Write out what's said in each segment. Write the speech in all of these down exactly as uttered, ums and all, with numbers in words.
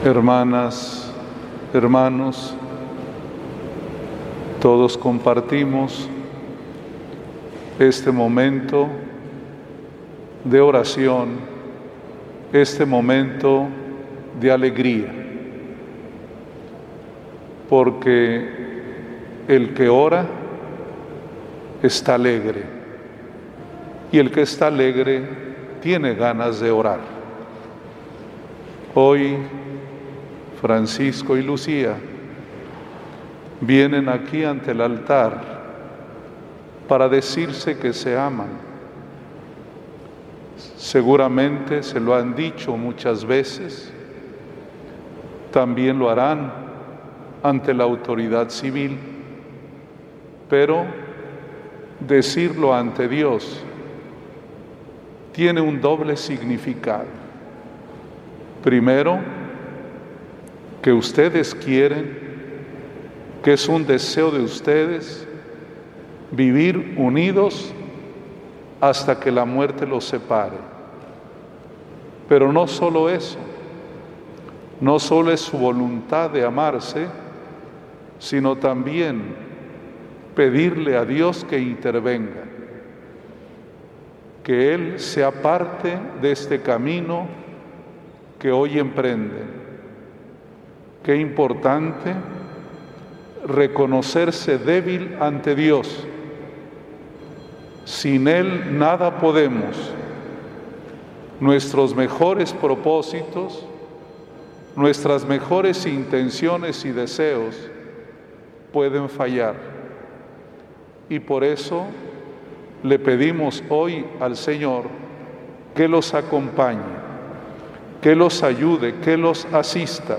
Hermanas, hermanos, todos compartimos este momento de oración, este momento de alegría, porque el que ora está alegre y el que está alegre tiene ganas de orar. Hoy Francisco y Lucía vienen aquí ante el altar para decirse que se aman. Seguramente se lo han dicho muchas veces, también lo harán ante la autoridad civil, pero decirlo ante Dios tiene un doble significado. Primero, que ustedes quieren, que es un deseo de ustedes, vivir unidos hasta que la muerte los separe. Pero no solo eso, no solo es su voluntad de amarse, sino también pedirle a Dios que intervenga, que Él sea parte de este camino que hoy emprenden. Qué importante reconocerse débil ante Dios. Sin Él nada podemos. Nuestros mejores propósitos, nuestras mejores intenciones y deseos pueden fallar. Y por eso le pedimos hoy al Señor que los acompañe, que los ayude, que los asista.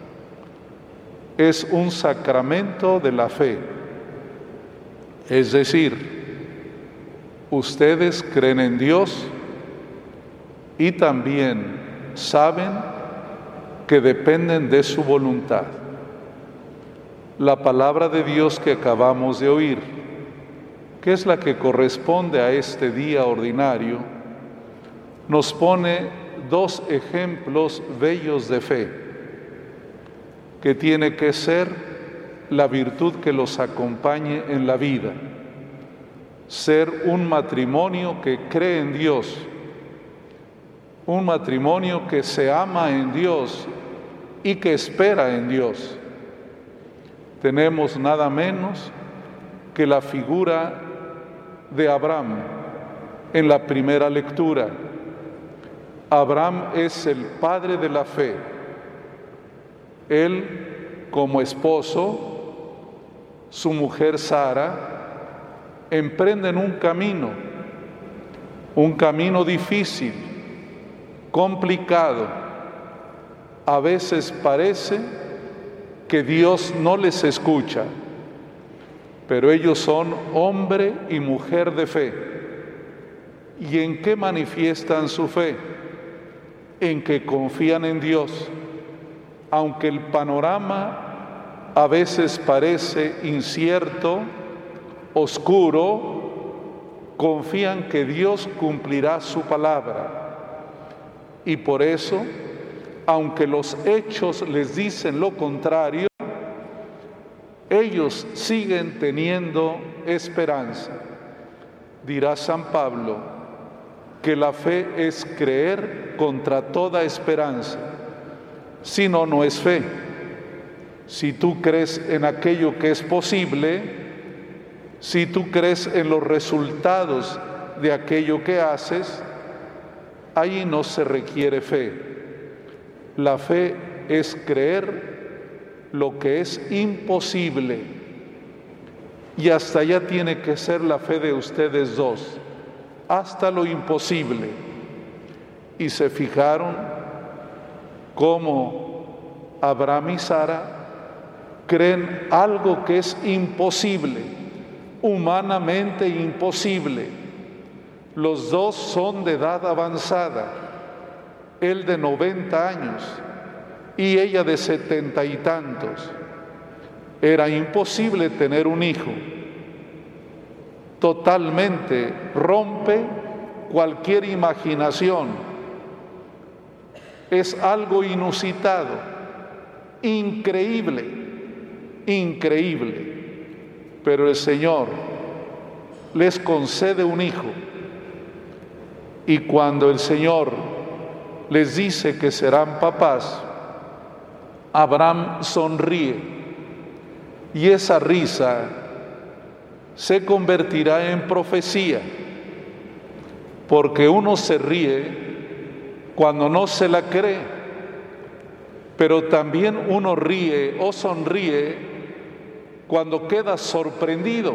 Es un sacramento de la fe, es decir, ustedes creen en Dios y también saben que dependen de su voluntad. La palabra de Dios que acabamos de oír, que es la que corresponde a este día ordinario, nos pone dos ejemplos bellos de fe, que tiene que ser la virtud que los acompañe en la vida, ser un matrimonio que cree en Dios, un matrimonio que se ama en Dios y que espera en Dios. Tenemos nada menos que la figura de Abraham en la primera lectura. Abraham es el padre de la fe. Él, como esposo, su mujer Sara, emprenden un camino, un camino difícil, complicado. A veces parece que Dios no les escucha, pero ellos son hombre y mujer de fe. ¿Y en qué manifiestan su fe? En que confían en Dios. Aunque el panorama a veces parece incierto, oscuro, confían que Dios cumplirá su palabra. Y por eso, aunque los hechos les dicen lo contrario, ellos siguen teniendo esperanza. Dirá San Pablo que la fe es creer contra toda esperanza. Si no, no es fe. Si tú crees en aquello que es posible, si tú crees en los resultados de aquello que haces, ahí no se requiere fe. La fe es creer lo que es imposible. Y hasta allá tiene que ser la fe de ustedes dos, hasta lo imposible. Y se fijaron cómo Abraham y Sara creen algo que es imposible, humanamente imposible. Los dos son de edad avanzada, él de noventa años y ella de setenta y tantos. Era imposible tener un hijo. Totalmente rompe cualquier imaginación. Es algo inusitado. increíble, increíble. Pero el Señor les concede un hijo. Y cuando el Señor les dice que serán papás, Abraham sonríe. Y esa risa se convertirá en profecía. Porque uno se ríe cuando no se la cree. Pero también uno ríe o sonríe cuando queda sorprendido.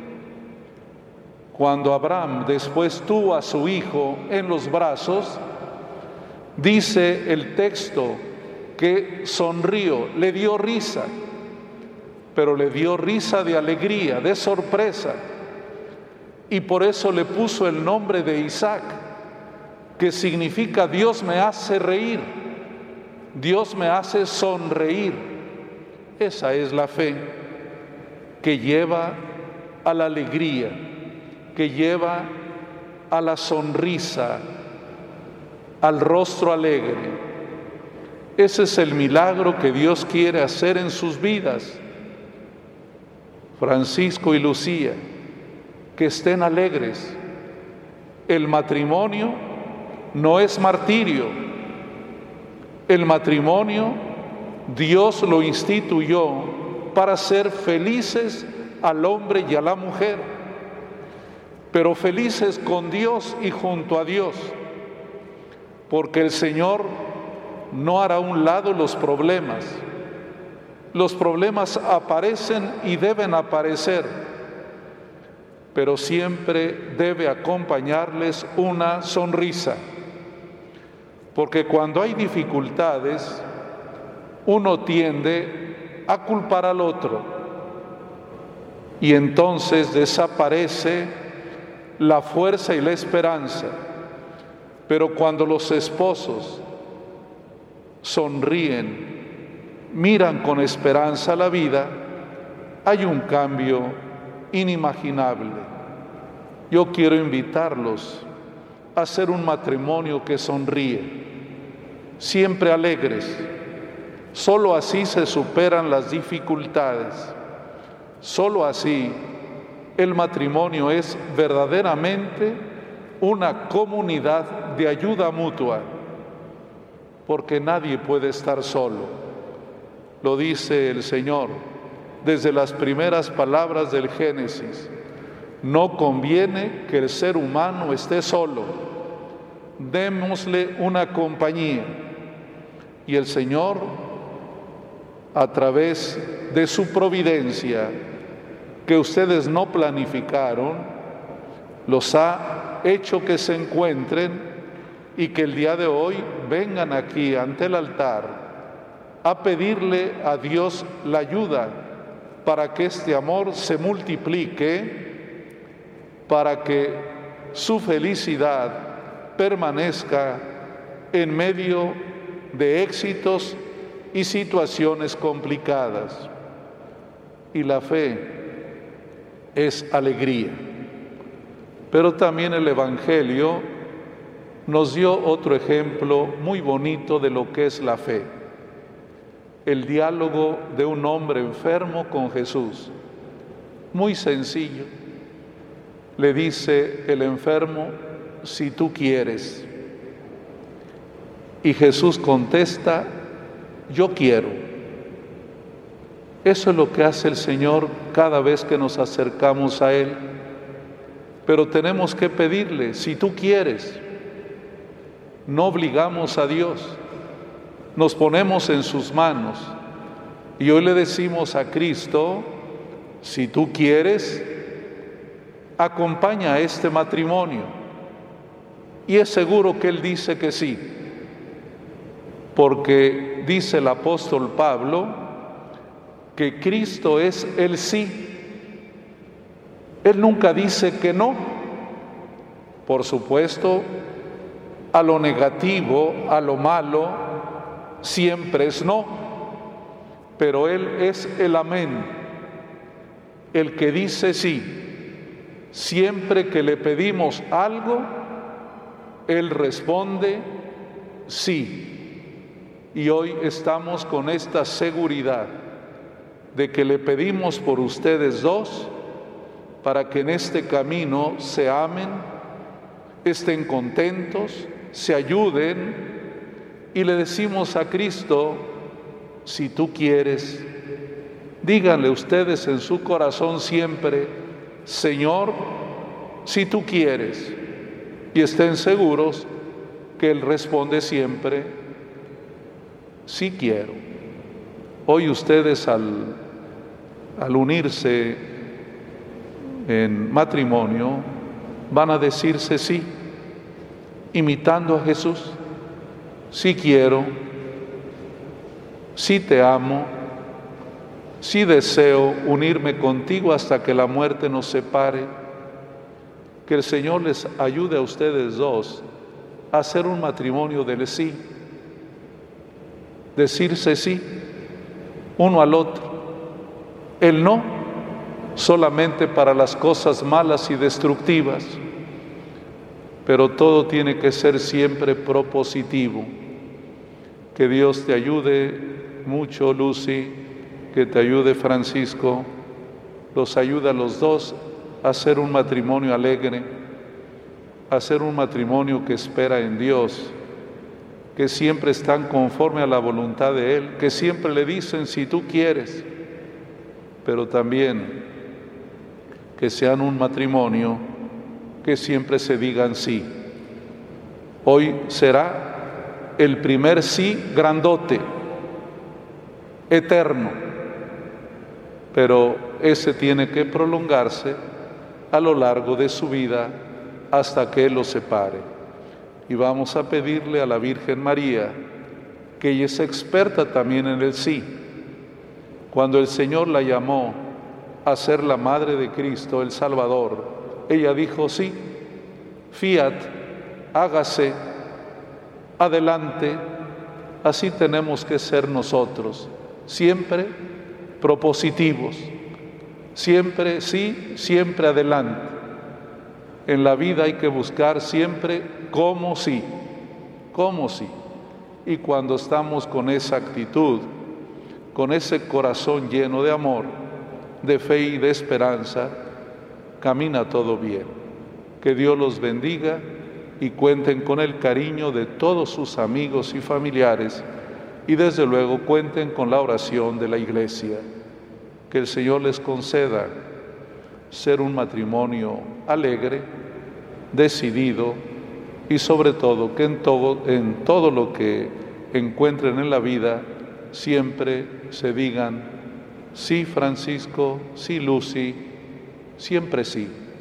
Cuando Abraham después tuvo a su hijo en los brazos, dice el texto que sonrió, le dio risa, pero le dio risa de alegría, de sorpresa, y por eso le puso el nombre de Isaac, que significa Dios me hace reír, Dios me hace sonreír. Esa es la fe que lleva a la alegría, que lleva a la sonrisa, al rostro alegre. Ese es el milagro que Dios quiere hacer en sus vidas. Francisco y Lucía, que estén alegres. El matrimonio no es martirio. El matrimonio Dios lo instituyó para ser felices al hombre y a la mujer, pero felices con Dios y junto a Dios, porque el Señor no hará a un lado los problemas. Los problemas aparecen y deben aparecer, pero siempre debe acompañarles una sonrisa, porque cuando hay dificultades, uno tiende a culpar al otro, y entonces desaparece la fuerza y la esperanza. Pero cuando los esposos sonríen, miran con esperanza la vida, hay un cambio inimaginable. Yo quiero invitarlos a hacer un matrimonio que sonríe, siempre alegres. Solo así se superan las dificultades. Solo así el matrimonio es verdaderamente una comunidad de ayuda mutua, porque nadie puede estar solo. Lo dice el Señor desde las primeras palabras del Génesis. No conviene que el ser humano esté solo. Démosle una compañía. Y el Señor, a través de su providencia, que ustedes no planificaron, los ha hecho que se encuentren y que el día de hoy vengan aquí ante el altar a pedirle a Dios la ayuda para que este amor se multiplique, para que su felicidad permanezca en medio de éxitos y situaciones complicadas. Y la fe es alegría. Pero también el Evangelio nos dio otro ejemplo muy bonito de lo que es la fe. El diálogo de un hombre enfermo con Jesús. Muy sencillo. Le dice el enfermo, si tú quieres. Y Jesús contesta, yo quiero. Eso es lo que hace el Señor cada vez que nos acercamos a Él. Pero tenemos que pedirle, si tú quieres. No obligamos a Dios, nos ponemos en sus manos. Y hoy le decimos a Cristo, si tú quieres, acompaña a este matrimonio. Y es seguro que Él dice que sí, porque dice el apóstol Pablo que Cristo es el sí. Él nunca dice que no. Por supuesto, a lo negativo, a lo malo, siempre es no. Pero Él es el amén, el que dice sí. Siempre que le pedimos algo, Él responde sí. Y hoy estamos con esta seguridad de que le pedimos por ustedes dos para que en este camino se amen, estén contentos, se ayuden, y le decimos a Cristo: si tú quieres. Díganle ustedes en su corazón siempre: Señor, si tú quieres. Y estén seguros que Él responde siempre: sí quiero. Hoy ustedes al, al unirse en matrimonio van a decirse sí, imitando a Jesús: sí quiero, sí te amo, sí deseo unirme contigo hasta que la muerte nos separe. Que el Señor les ayude a ustedes dos a hacer un matrimonio del sí, decirse sí uno al otro, el no solamente para las cosas malas y destructivas, pero todo tiene que ser siempre propositivo. Que Dios te ayude mucho, Lucy, que te ayude Francisco, los ayuda a los dos a hacer un matrimonio alegre, a hacer un matrimonio que espera en Dios, que siempre están conforme a la voluntad de Él, que siempre le dicen si tú quieres, pero también que sean un matrimonio que siempre se digan sí. Hoy será el primer sí grandote, eterno, pero ese tiene que prolongarse a lo largo de su vida hasta que Él los separe. Y vamos a pedirle a la Virgen María, que ella es experta también en el sí. Cuando el Señor la llamó a ser la Madre de Cristo, el Salvador, ella dijo sí, fiat, hágase, adelante. Así tenemos que ser nosotros, siempre propositivos, siempre sí, siempre adelante. En la vida hay que buscar siempre cómo sí, cómo sí. Y cuando estamos con esa actitud, con ese corazón lleno de amor, de fe y de esperanza, camina todo bien. Que Dios los bendiga y cuenten con el cariño de todos sus amigos y familiares, y desde luego cuenten con la oración de la Iglesia. Que el Señor les conceda ser un matrimonio alegre, decidido, y sobre todo que en todo, en todo lo que encuentren en la vida siempre se digan sí Francisco, sí Lucy, siempre sí.